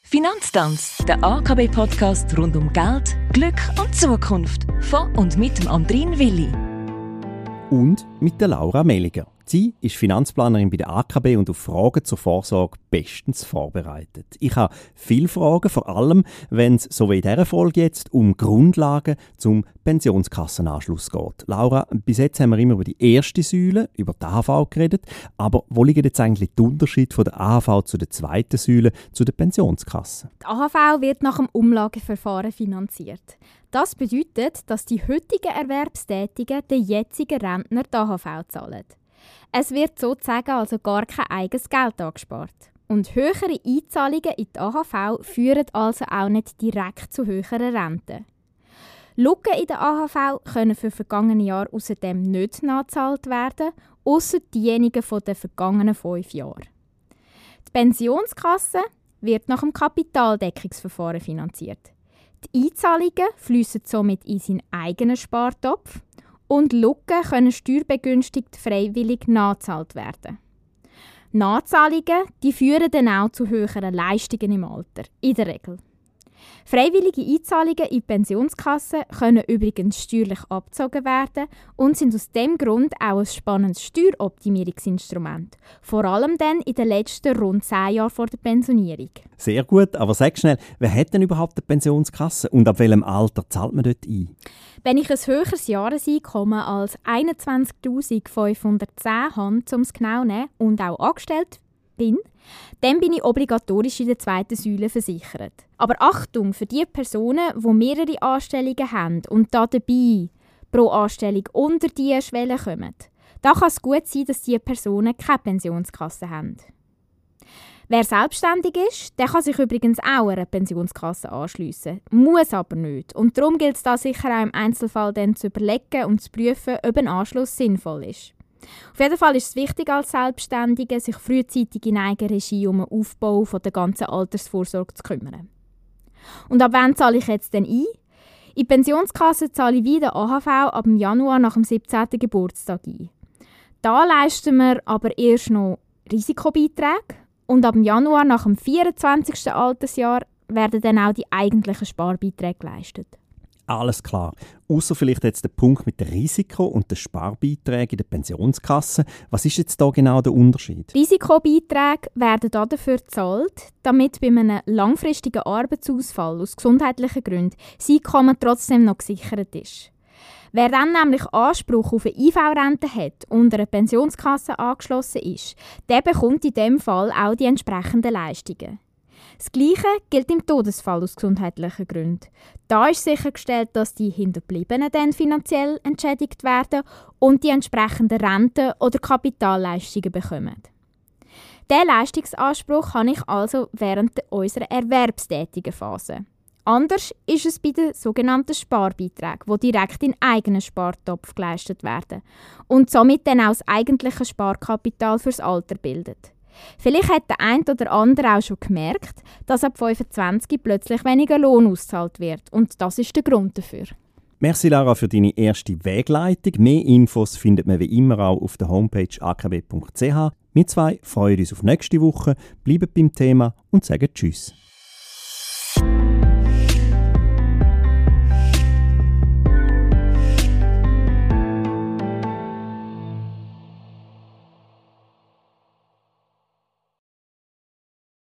Finanztanz, der AKB-Podcast rund um Geld, Glück und Zukunft. Von und mit dem Andrin Willi. Und mit der Laura Meliger. Sie ist Finanzplanerin bei der AKB und auf Fragen zur Vorsorge bestens vorbereitet. Ich habe viele Fragen, vor allem wenn es, so wie in dieser Folge jetzt, um Grundlagen zum Pensionskassenanschluss geht. Laura, bis jetzt haben wir immer über die erste Säule, über die AHV geredet, aber wo liegen jetzt eigentlich die Unterschiede von der AHV zu der zweiten Säule, zu der Pensionskasse? Die AHV wird nach dem Umlageverfahren finanziert. Das bedeutet, dass die heutigen Erwerbstätigen den jetzigen Rentner die AHV zahlen. Es wird sozusagen also gar kein eigenes Geld angespart. Und höhere Einzahlungen in die AHV führen also auch nicht direkt zu höheren Renten. Lücken in der AHV können für vergangene Jahre außerdem nicht nachgezahlt werden, ausser diejenigen von den vergangenen 5 Jahren. Die Pensionskasse wird nach dem Kapitaldeckungsverfahren finanziert. Die Einzahlungen fließen somit in seinen eigenen Spartopf und Lücken können steuerbegünstigt freiwillig nachgezahlt werden. Nachzahlungen die führen dann auch zu höheren Leistungen im Alter, in der Regel. Freiwillige Einzahlungen in die Pensionskasse können übrigens steuerlich abgezogen werden und sind aus diesem Grund auch ein spannendes Steueroptimierungsinstrument. Vor allem dann in den letzten rund 10 Jahren vor der Pensionierung. Sehr gut, aber sag schnell, wer hat denn überhaupt eine Pensionskasse und ab welchem Alter zahlt man dort ein? Wenn ich ein höheres Jahreseinkommen als 21'510 habe, um es genau zu nehmen, und auch angestellt bin, dann bin ich obligatorisch in der zweiten Säule versichert. Aber Achtung für die Personen, die mehrere Anstellungen haben und dabei pro Anstellung unter diese Schwelle kommen. Da kann es gut sein, dass diese Personen keine Pensionskasse haben. Wer selbstständig ist, der kann sich übrigens auch einer Pensionskasse anschliessen, muss aber nicht. Und darum gilt es da sicher auch im Einzelfall dann zu überlegen und zu prüfen, ob ein Anschluss sinnvoll ist. Auf jeden Fall ist es wichtig als Selbstständige, sich frühzeitig in Eigenregie um den Aufbau der ganzen Altersvorsorge zu kümmern. Und ab wann zahle ich jetzt denn ein? In die Pensionskasse zahle ich wie der AHV ab dem Januar nach dem 17. Geburtstag ein. Da leisten wir aber erst noch Risikobeiträge und ab dem Januar nach dem 24. Altersjahr werden dann auch die eigentlichen Sparbeiträge geleistet. Alles klar. Ausser vielleicht jetzt der Punkt mit dem Risiko und den Sparbeiträgen in der Pensionskasse. Was ist jetzt da genau der Unterschied? Risikobeiträge werden dafür gezahlt, damit bei einem langfristigen Arbeitsausfall aus gesundheitlichen Gründen das Einkommen trotzdem noch gesichert ist. Wer dann nämlich Anspruch auf eine IV-Rente hat und einer Pensionskasse angeschlossen ist, der bekommt in diesem Fall auch die entsprechenden Leistungen. Das Gleiche gilt im Todesfall aus gesundheitlichen Gründen. Da ist sichergestellt, dass die Hinterbliebenen dann finanziell entschädigt werden und die entsprechenden Renten oder Kapitalleistungen bekommen. Diesen Leistungsanspruch habe ich also während unserer erwerbstätigen Phase. Anders ist es bei den sogenannten Sparbeiträgen, die direkt in eigenen Spartopf geleistet werden und somit dann auch das eigentliche Sparkapital fürs Alter bildet. Vielleicht hat der eine oder andere auch schon gemerkt, dass ab 25 plötzlich weniger Lohn ausgezahlt wird. Und das ist der Grund dafür. Merci Lara für deine erste Wegleitung. Mehr Infos findet man wie immer auch auf der Homepage akb.ch. Wir zwei freuen uns auf nächste Woche, bleiben beim Thema und sagen Tschüss.